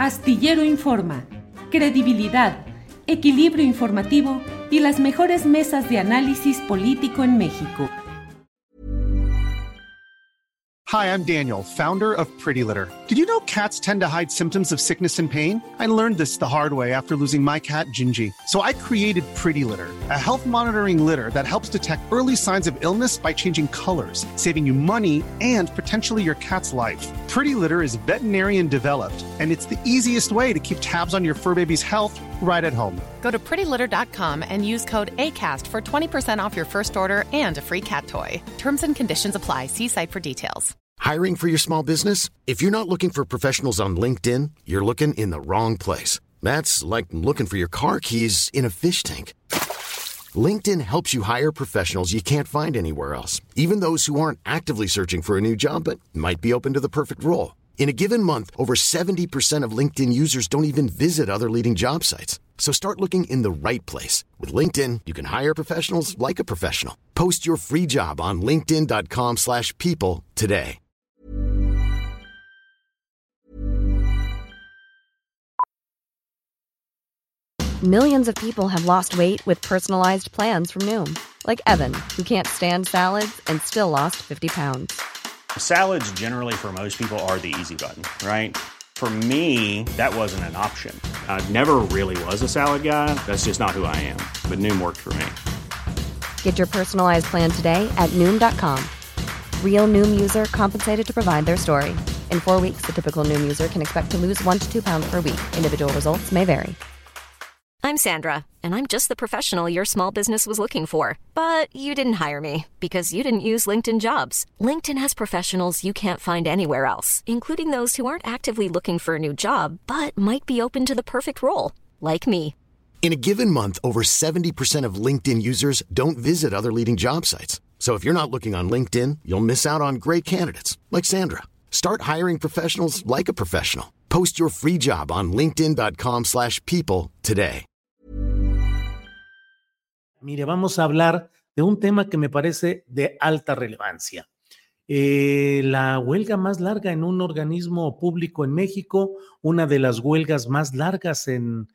Astillero Informa, credibilidad, equilibrio informativo y las mejores mesas de análisis político en México. Hi, I'm Daniel, founder of Pretty Litter. Did you know cats tend to hide symptoms of sickness and pain? I learned this the hard way after losing my cat, Gingy. So I created Pretty Litter, a health monitoring litter that helps detect early signs of illness by changing colors, saving you money and potentially your cat's life. Pretty Litter is veterinarian developed, and it's the easiest way to keep tabs on your fur baby's health right at home. Go to prettylitter.com and use code ACAST for 20% off your first order and a free cat toy. Terms and conditions apply. See site for details. Hiring for your small business? If you're not looking for professionals on LinkedIn, you're looking in the wrong place. That's like looking for your car keys in a fish tank. LinkedIn helps you hire professionals you can't find anywhere else, even those who aren't actively searching for a new job but might be open to the perfect role. In a given month, over 70% of LinkedIn users don't even visit other leading job sites. So start looking in the right place. With LinkedIn, you can hire professionals like a professional. Post your free job on linkedin.com/people today. Millions of people have lost weight with personalized plans from Noom. Like Evan, who can't stand salads and still lost 50 pounds. Salads generally for most people are the easy button, right? For me, that wasn't an option. I never really was a salad guy. That's just not who I am. But Noom worked for me. Get your personalized plan today at Noom.com. Real Noom user compensated to provide their story. In 4 weeks, the typical Noom user can expect to lose 1 to 2 pounds per week. Individual results may vary. I'm Sandra, and I'm just the professional your small business was looking for. But you didn't hire me because you didn't use LinkedIn Jobs. LinkedIn has professionals you can't find anywhere else, including those who aren't actively looking for a new job, but might be open to the perfect role, like me. In a given month, over 70% of LinkedIn users don't visit other leading job sites. So if you're not looking on LinkedIn, you'll miss out on great candidates like Sandra. Start hiring professionals like a professional. Post your free job on linkedin.com/people today. Mire, vamos a hablar de un tema que me parece de alta relevancia. La huelga más larga en un organismo público en México, una de las huelgas más largas en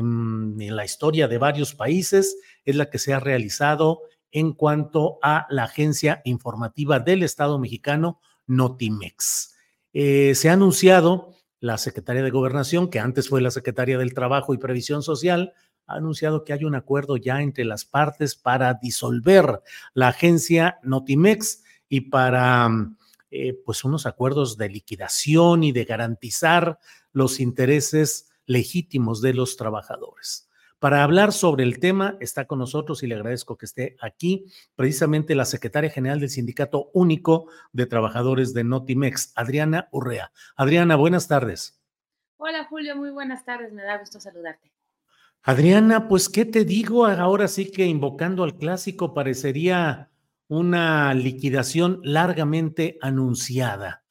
la historia de varios países, es la que se ha realizado en cuanto a la Agencia Informativa del Estado Mexicano, Notimex. Se ha anunciado, la Secretaría de Gobernación, que antes fue la Secretaría del Trabajo y Previsión Social, ha anunciado que hay un acuerdo ya entre las partes para disolver la agencia Notimex y para pues unos acuerdos de liquidación y de garantizar los intereses legítimos de los trabajadores. Para hablar sobre el tema está con nosotros, y le agradezco que esté aquí, precisamente la secretaria general del Sindicato Único de Trabajadores de Notimex, Adriana Urrea. Adriana, buenas tardes. Hola Julio, muy buenas tardes, me da gusto saludarte. Adriana, pues, ¿qué te digo? Ahora sí que invocando al clásico parecería una liquidación largamente anunciada.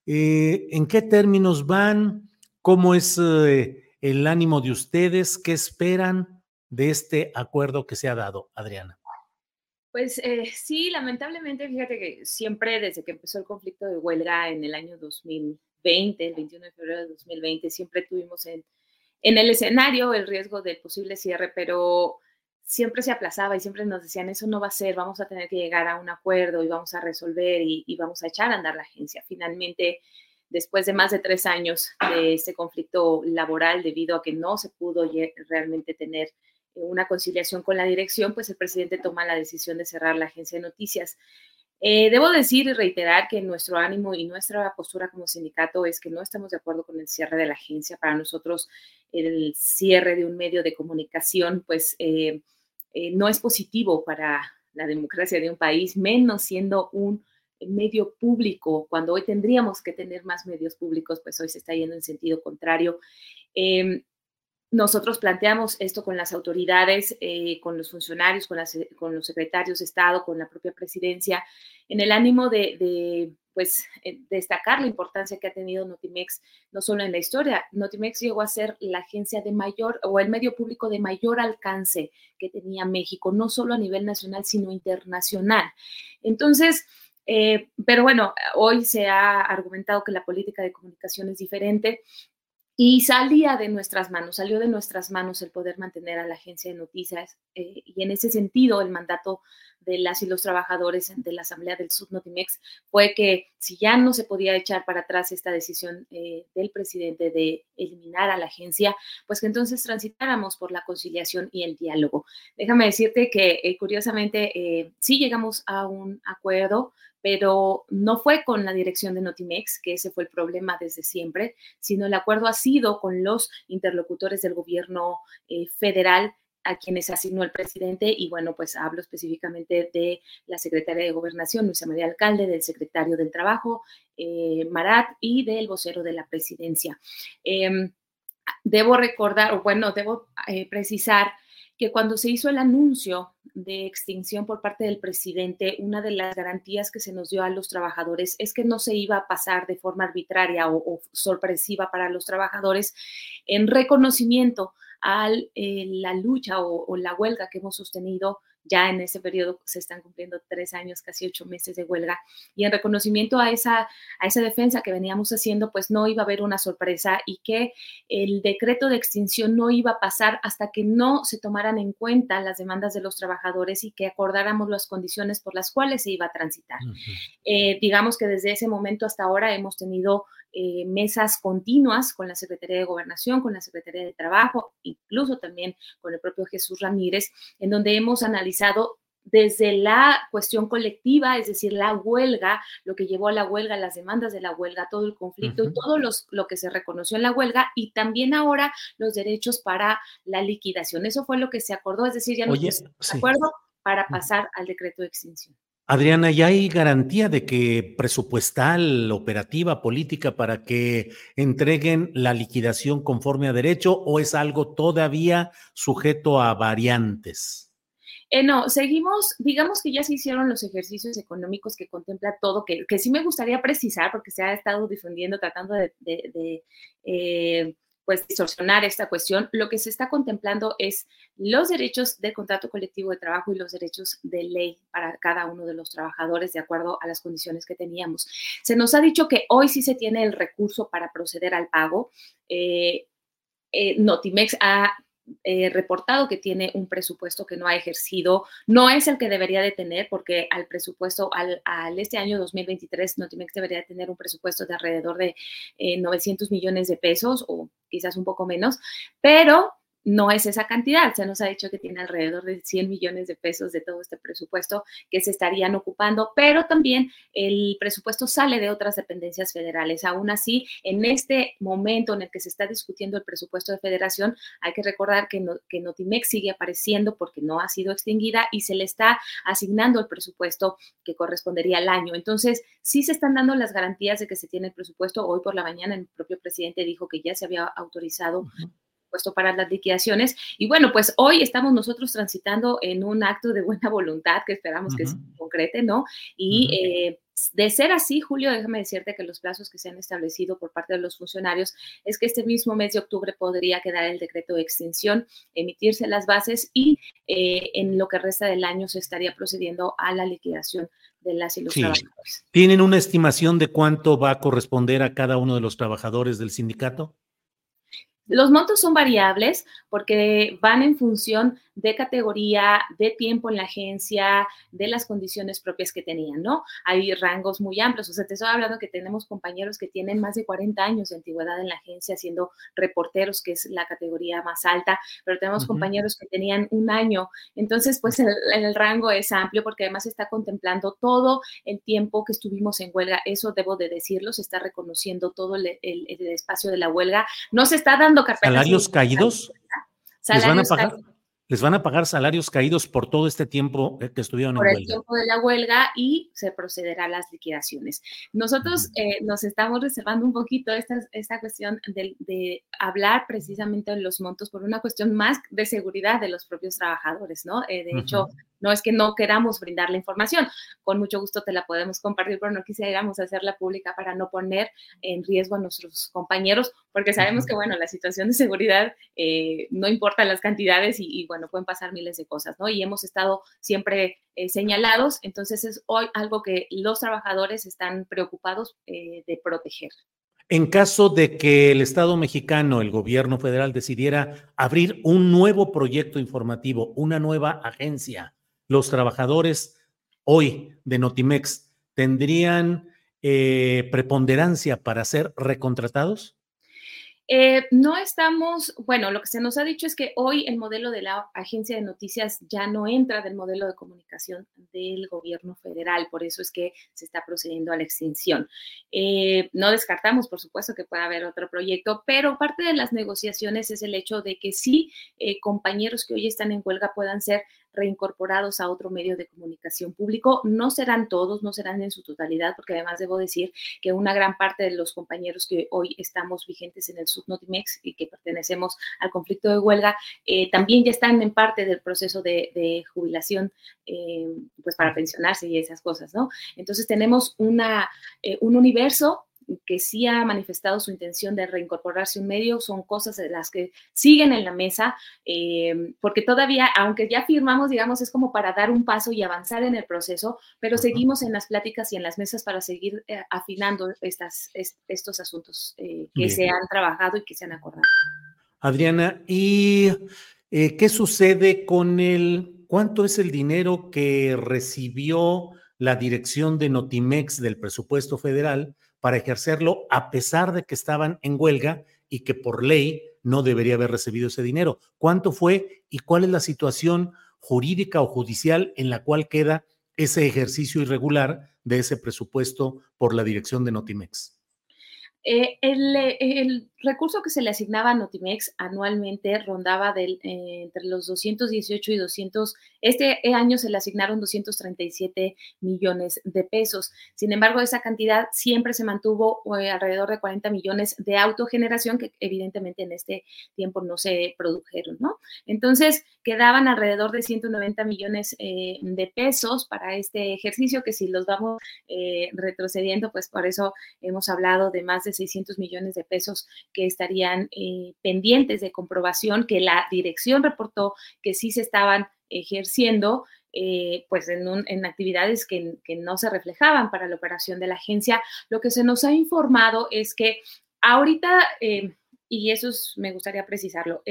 ¿En qué términos van? ¿Cómo es el ánimo de ustedes? ¿Qué esperan de este acuerdo que se ha dado, Adriana? Pues sí, lamentablemente, fíjate que siempre desde que empezó el conflicto de huelga en el año 2020, el 21 de febrero de 2020, siempre tuvimos en el escenario el riesgo del posible cierre, pero siempre se aplazaba y siempre nos decían, eso no va a ser, vamos a tener que llegar a un acuerdo y vamos a resolver y vamos a echar a andar la agencia. Finalmente, después de más de 3 años de este conflicto laboral, debido a que no se pudo realmente tener una conciliación con la dirección, pues el presidente toma la decisión de cerrar la agencia de noticias. Debo decir y reiterar que nuestro ánimo y nuestra postura como sindicato es que no estamos de acuerdo con el cierre de la agencia. Para nosotros, el cierre de un medio de comunicación, pues no es positivo para la democracia de un país, menos siendo un medio público. Cuando hoy tendríamos que tener más medios públicos, pues hoy se está yendo en sentido contrario. Nosotros planteamos esto con las autoridades, con los funcionarios, con los secretarios de Estado, con la propia presidencia, en el ánimo de destacar la importancia que ha tenido Notimex, no solo en la historia. Notimex llegó a ser la agencia de mayor, o el medio público de mayor alcance que tenía México, no solo a nivel nacional, sino internacional. Entonces, pero bueno, hoy se ha argumentado que la política de comunicación es diferente. Y salió de nuestras manos el poder mantener a la agencia de noticias y en ese sentido el mandato de las y los trabajadores de la Asamblea del Subnotimex fue que si ya no se podía echar para atrás esta decisión del presidente de eliminar a la agencia, pues que entonces transitáramos por la conciliación y el diálogo. Déjame decirte que curiosamente sí llegamos a un acuerdo, pero no fue con la dirección de Notimex, que ese fue el problema desde siempre, sino el acuerdo ha sido con los interlocutores del gobierno federal a quienes asignó el presidente, y bueno, pues hablo específicamente de la secretaria de Gobernación, Luisa María Alcalde, del secretario del Trabajo, Marat, y del vocero de la presidencia. Debo recordar, o bueno, debo precisar que cuando se hizo el anuncio de extinción por parte del presidente, una de las garantías que se nos dio a los trabajadores es que no se iba a pasar de forma arbitraria o sorpresiva para los trabajadores en reconocimiento a la lucha o la huelga que hemos sostenido. Ya en ese periodo se están cumpliendo 3 años, casi 8 meses de huelga, y en reconocimiento a esa defensa que veníamos haciendo, pues no iba a haber una sorpresa y que el decreto de extinción no iba a pasar hasta que no se tomaran en cuenta las demandas de los trabajadores y que acordáramos las condiciones por las cuales se iba a transitar. Digamos que desde ese momento hasta ahora hemos tenido mesas continuas con la Secretaría de Gobernación, con la Secretaría de Trabajo, incluso también con el propio Jesús Ramírez, en donde hemos analizado desde la cuestión colectiva, es decir, la huelga, lo que llevó a la huelga, las demandas de la huelga, todo el conflicto y todo lo que se reconoció en la huelga, y también ahora los derechos para la liquidación. Eso fue lo que se acordó, es decir, ya nos pusimos de acuerdo para pasar al decreto de extinción. Adriana, ¿ya hay garantía de que presupuestal, operativa, política para que entreguen la liquidación conforme a derecho, o es algo todavía sujeto a variantes? No, seguimos, digamos que ya se hicieron los ejercicios económicos que contempla todo, que sí me gustaría precisar porque se ha estado difundiendo, tratando de pues distorsionar esta cuestión. Lo que se está contemplando es los derechos de contrato colectivo de trabajo y los derechos de ley para cada uno de los trabajadores de acuerdo a las condiciones que teníamos. Se nos ha dicho que hoy sí se tiene el recurso para proceder al pago. Notimex ha reportado que tiene un presupuesto que no ha ejercido, no es el que debería de tener, porque al presupuesto, al este año 2023, Notimex debería de tener un presupuesto de alrededor de 900 millones de pesos o quizás un poco menos, pero no es esa cantidad. Se nos ha dicho que tiene alrededor de 100 millones de pesos de todo este presupuesto que se estarían ocupando, pero también el presupuesto sale de otras dependencias federales. Aún así, en este momento en el que se está discutiendo el presupuesto de federación, hay que recordar que Notimex sigue apareciendo porque no ha sido extinguida y se le está asignando el presupuesto que correspondería al año. Entonces, sí se están dando las garantías de que se tiene el presupuesto. Hoy por la mañana el propio presidente dijo que ya se había autorizado puesto para las liquidaciones. Y bueno, pues hoy estamos nosotros transitando en un acto de buena voluntad que esperamos que se concrete, ¿no? Y de ser así, Julio, déjame decirte que los plazos que se han establecido por parte de los funcionarios es que este mismo mes de octubre podría quedar el decreto de extinción, emitirse las bases y en lo que resta del año se estaría procediendo a la liquidación de las y los trabajadores. ¿Tienen una estimación de cuánto va a corresponder a cada uno de los trabajadores del sindicato? Los montos son variables porque van en función de categoría, de tiempo en la agencia, de las condiciones propias que tenían, ¿no? Hay rangos muy amplios. O sea, te estoy hablando que tenemos compañeros que tienen más de 40 años de antigüedad en la agencia siendo reporteros, que es la categoría más alta, pero tenemos compañeros que tenían 1 año. Entonces, pues el rango es amplio porque además se está contemplando todo el tiempo que estuvimos en huelga. Eso debo de decirlo, se está reconociendo todo el espacio de la huelga. No se está dando carpetas. ¿Salarios caídos? ¿Les van a pagar? Caídos. ¿Les van a pagar salarios caídos por todo este tiempo que estuvieron en huelga? Por el tiempo de la huelga y se procederá a las liquidaciones. Nosotros nos estamos reservando un poquito esta cuestión de hablar precisamente de los montos por una cuestión más de seguridad de los propios trabajadores, ¿no? De hecho, no es que no queramos brindar la información, con mucho gusto te la podemos compartir, pero no quisiéramos hacerla pública para no poner en riesgo a nuestros compañeros, porque sabemos que, bueno, la situación de seguridad no importa las cantidades y, bueno, pueden pasar miles de cosas, ¿no? Y hemos estado siempre señalados, entonces es hoy algo que los trabajadores están preocupados de proteger. En caso de que el Estado mexicano, el gobierno federal, decidiera abrir un nuevo proyecto informativo, una nueva agencia, los trabajadores hoy de Notimex tendrían preponderancia para ser recontratados. No estamos, bueno, lo que se nos ha dicho es que hoy el modelo de la agencia de noticias ya no entra del modelo de comunicación del gobierno federal, por eso es que se está procediendo a la extinción. No descartamos, por supuesto, que pueda haber otro proyecto, pero parte de las negociaciones es el hecho de que sí, compañeros que hoy están en huelga puedan ser reincorporados a otro medio de comunicación público. No serán todos, no serán en su totalidad, porque además debo decir que una gran parte de los compañeros que hoy estamos vigentes en el Subnotimex y que pertenecemos al conflicto de huelga, también ya están en parte del proceso de jubilación, pues para pensionarse y esas cosas, ¿no? Entonces tenemos un universo que sí ha manifestado su intención de reincorporarse a un medio. Son cosas de las que siguen en la mesa, porque todavía, aunque ya firmamos, digamos, es como para dar un paso y avanzar en el proceso, pero seguimos en las pláticas y en las mesas para seguir afinando estos asuntos que se han trabajado y que se han acordado. Adriana, ¿y qué sucede con cuánto es el dinero que recibió la dirección de Notimex del presupuesto federal para ejercerlo a pesar de que estaban en huelga y que por ley no debería haber recibido ese dinero? ¿Cuánto fue y cuál es la situación jurídica o judicial en la cual queda ese ejercicio irregular de ese presupuesto por la dirección de Notimex? El recurso que se le asignaba a Notimex anualmente rondaba entre los 218 y 200, este año se le asignaron 237 millones de pesos. Sin embargo, esa cantidad siempre se mantuvo alrededor de 40 millones de autogeneración que evidentemente en este tiempo no se produjeron, ¿no? Entonces, quedaban alrededor de 190 millones de pesos para este ejercicio, que si los vamos retrocediendo, pues por eso hemos hablado de más de 600 millones de pesos que estarían pendientes de comprobación, que la dirección reportó que sí se estaban ejerciendo, pues en actividades que no se reflejaban para la operación de la agencia. Lo que se nos ha informado es que ahorita, y eso me gustaría precisarlo,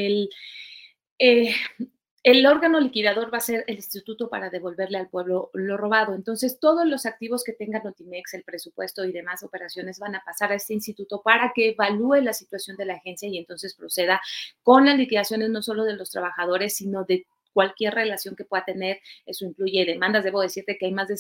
el órgano liquidador va a ser el instituto para devolverle al pueblo lo robado. Entonces, todos los activos que tenga Notimex, el presupuesto y demás operaciones van a pasar a este instituto para que evalúe la situación de la agencia y entonces proceda con las liquidaciones no solo de los trabajadores, sino de cualquier relación que pueda tener. Eso incluye demandas. Debo decirte que hay más de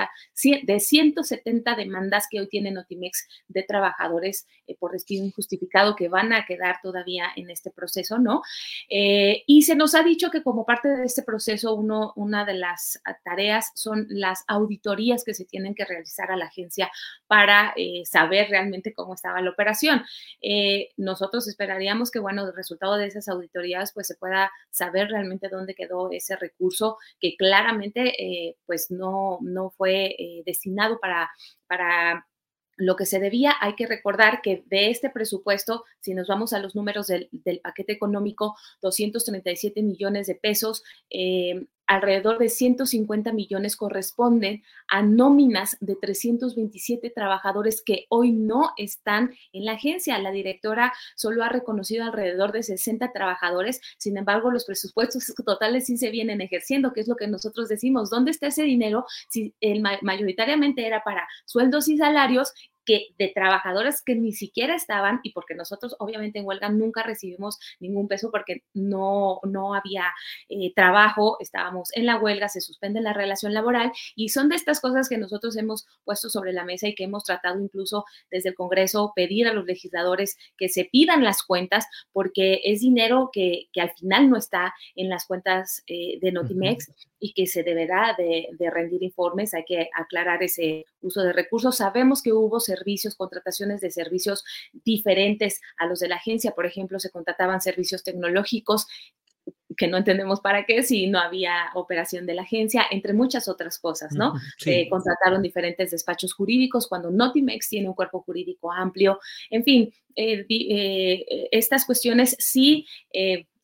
170 demandas que hoy tiene Notimex de trabajadores por despido injustificado que van a quedar todavía en este proceso, ¿no? Y se nos ha dicho que como parte de este proceso, una de las tareas son las auditorías que se tienen que realizar a la agencia para saber realmente cómo estaba la operación. Nosotros esperaríamos que, bueno, el resultado de esas auditorías, pues se pueda saber realmente dónde quedó ese recurso que claramente pues no fue destinado para lo que se debía. Hay que recordar que de este presupuesto, si nos vamos a los números del paquete económico, 237 millones de pesos, alrededor de 150 millones corresponden a nóminas de 327 trabajadores que hoy no están en la agencia. La directora solo ha reconocido alrededor de 60 trabajadores, sin embargo, los presupuestos totales sí se vienen ejerciendo, que es lo que nosotros decimos. ¿Dónde está ese dinero? Si mayoritariamente era para sueldos y salarios de trabajadores que ni siquiera estaban, y porque nosotros obviamente en huelga nunca recibimos ningún peso porque no había trabajo, estábamos en la huelga, se suspende la relación laboral, y son de estas cosas que nosotros hemos puesto sobre la mesa y que hemos tratado incluso desde el Congreso pedir a los legisladores que se pidan las cuentas, porque es dinero que al final no está en las cuentas de Notimex y que se deberá de rendir informes. Hay que aclarar ese uso de recursos. Sabemos que hubo contrataciones de servicios diferentes a los de la agencia. Por ejemplo, se contrataban servicios tecnológicos que no entendemos para qué si no había operación de la agencia, entre muchas otras cosas, ¿no? Sí. Contrataron diferentes despachos jurídicos cuando Notimex tiene un cuerpo jurídico amplio. En fin, estas cuestiones sí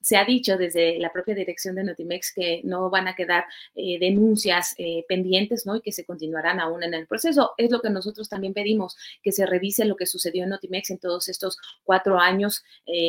se ha dicho desde la propia dirección de Notimex que no van a quedar denuncias pendientes, ¿no? Y que se continuarán aún en el proceso. Es lo que nosotros también pedimos, que se revise lo que sucedió en Notimex en todos estos 4 años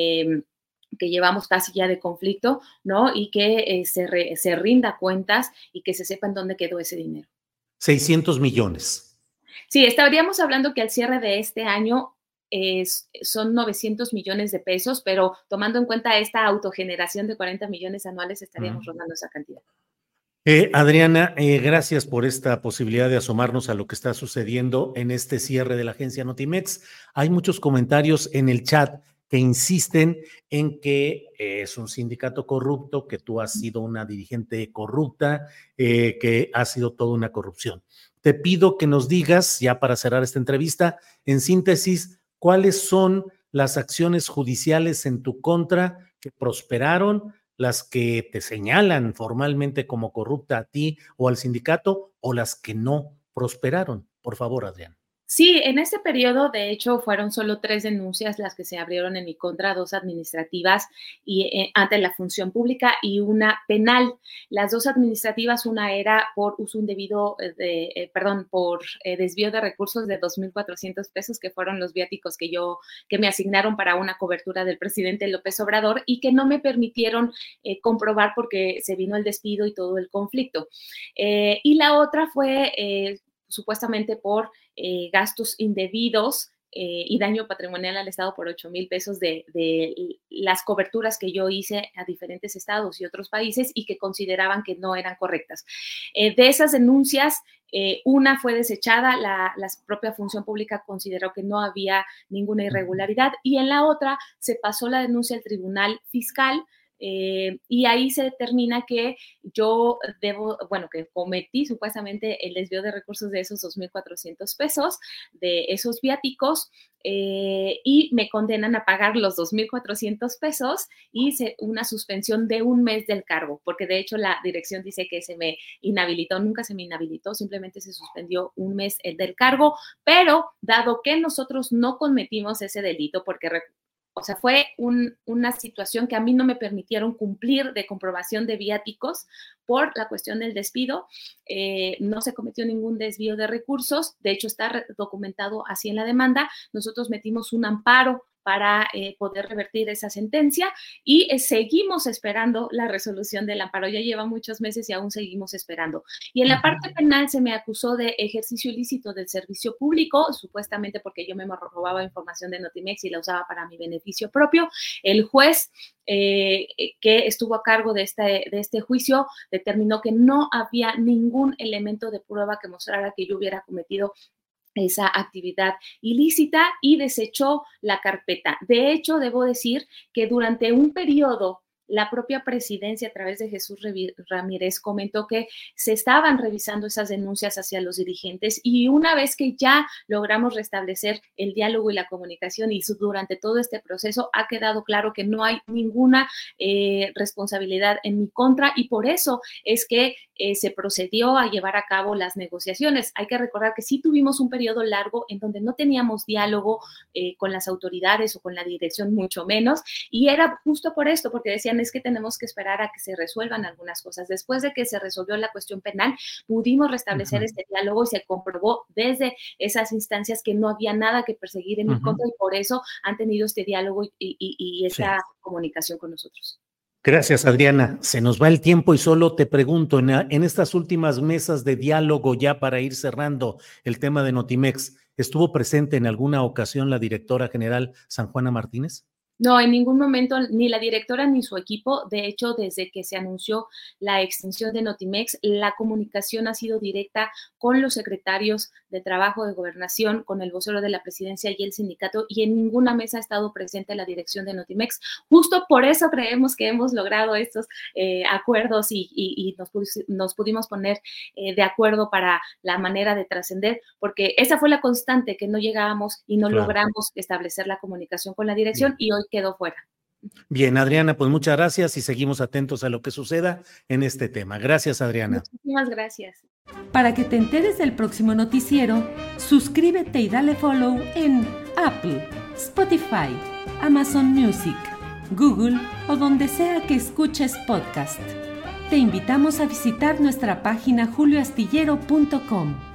que llevamos casi ya de conflicto, ¿no? Y que se rinda cuentas y que se sepa en dónde quedó ese dinero. 600 millones. Sí, estaríamos hablando que al cierre de este año son 900 millones de pesos, pero tomando en cuenta esta autogeneración de 40 millones anuales, estaríamos rondando esa cantidad. Adriana, gracias por esta posibilidad de asomarnos a lo que está sucediendo en este cierre de la agencia Notimex. Hay muchos comentarios en el chat que insisten en que es un sindicato corrupto, que tú has sido una dirigente corrupta, que ha sido toda una corrupción. Te pido que nos digas, ya para cerrar esta entrevista, en síntesis, ¿cuáles son las acciones judiciales en tu contra que prosperaron, las que te señalan formalmente como corrupta a ti o al sindicato, o las que no prosperaron? Por favor, Adriana. Sí, en este periodo, de hecho, fueron solo 3 denuncias las que se abrieron en mi contra, 2 administrativas y ante la función pública y una penal. Las 2 administrativas, una era por uso indebido, por desvío de recursos de 2,400 pesos, que fueron los viáticos que me asignaron para una cobertura del presidente López Obrador y que no me permitieron comprobar porque se vino el despido y todo el conflicto. Y la otra fue supuestamente por gastos indebidos y daño patrimonial al Estado por 8,000 pesos de las coberturas que yo hice a diferentes estados y otros países y que consideraban que no eran correctas. De esas denuncias, una fue desechada, la propia función pública consideró que no había ninguna irregularidad y en la otra se pasó la denuncia al Tribunal Fiscal. Y ahí se determina que yo que cometí supuestamente el desvío de recursos de esos 2,400 pesos, de esos viáticos, y me condenan a pagar los 2,400 pesos y una suspensión de 1 mes del cargo, porque de hecho la dirección dice que se me inhabilitó, nunca se me inhabilitó, simplemente se suspendió 1 mes el del cargo, pero dado que nosotros no cometimos ese delito, porque fue una situación que a mí no me permitieron cumplir de comprobación de viáticos por la cuestión del despido. No se cometió ningún desvío de recursos. De hecho, está documentado así en la demanda. Nosotros metimos un amparo para poder revertir esa sentencia y seguimos esperando la resolución del amparo. Ya lleva muchos meses y aún seguimos esperando. Y en la parte penal se me acusó de ejercicio ilícito del servicio público, supuestamente porque yo me robaba información de Notimex y la usaba para mi beneficio propio. El juez que estuvo a cargo de este juicio determinó que no había ningún elemento de prueba que mostrara que yo hubiera cometido esa actividad ilícita y desechó la carpeta. De hecho, debo decir que durante un periodo la propia presidencia a través de Jesús Ramírez comentó que se estaban revisando esas denuncias hacia los dirigentes y una vez que ya logramos restablecer el diálogo y la comunicación y durante todo este proceso ha quedado claro que no hay ninguna responsabilidad en mi contra y por eso es que se procedió a llevar a cabo las negociaciones. Hay que recordar que sí tuvimos un periodo largo en donde no teníamos diálogo con las autoridades o con la dirección, mucho menos, y era justo por esto, porque decían es que tenemos que esperar a que se resuelvan algunas cosas. Después de que se resolvió la cuestión penal, pudimos restablecer este diálogo y se comprobó desde esas instancias que no había nada que perseguir en mi contra y por eso han tenido este diálogo y esta comunicación con nosotros. Gracias, Adriana. Se nos va el tiempo y solo te pregunto, en estas últimas mesas de diálogo, ya para ir cerrando el tema de Notimex, ¿estuvo presente en alguna ocasión la directora general San Juana Martínez? No, en ningún momento, ni la directora ni su equipo. De hecho, desde que se anunció la extinción de Notimex, la comunicación ha sido directa con los secretarios de Trabajo, de Gobernación, con el vocero de la presidencia y el sindicato, y en ninguna mesa ha estado presente la dirección de Notimex. Justo por eso creemos que hemos logrado estos acuerdos y nos pudimos poner de acuerdo para la manera de trascender, porque esa fue la constante, que no llegábamos y no logramos establecer la comunicación con la dirección y hoy quedó fuera. Bien, Adriana, pues muchas gracias y seguimos atentos a lo que suceda en este tema. Gracias, Adriana. Muchísimas gracias. Para que te enteres del próximo noticiero, suscríbete y dale follow en Apple, Spotify, Amazon Music, Google o donde sea que escuches podcast. Te invitamos a visitar nuestra página julioastillero.com.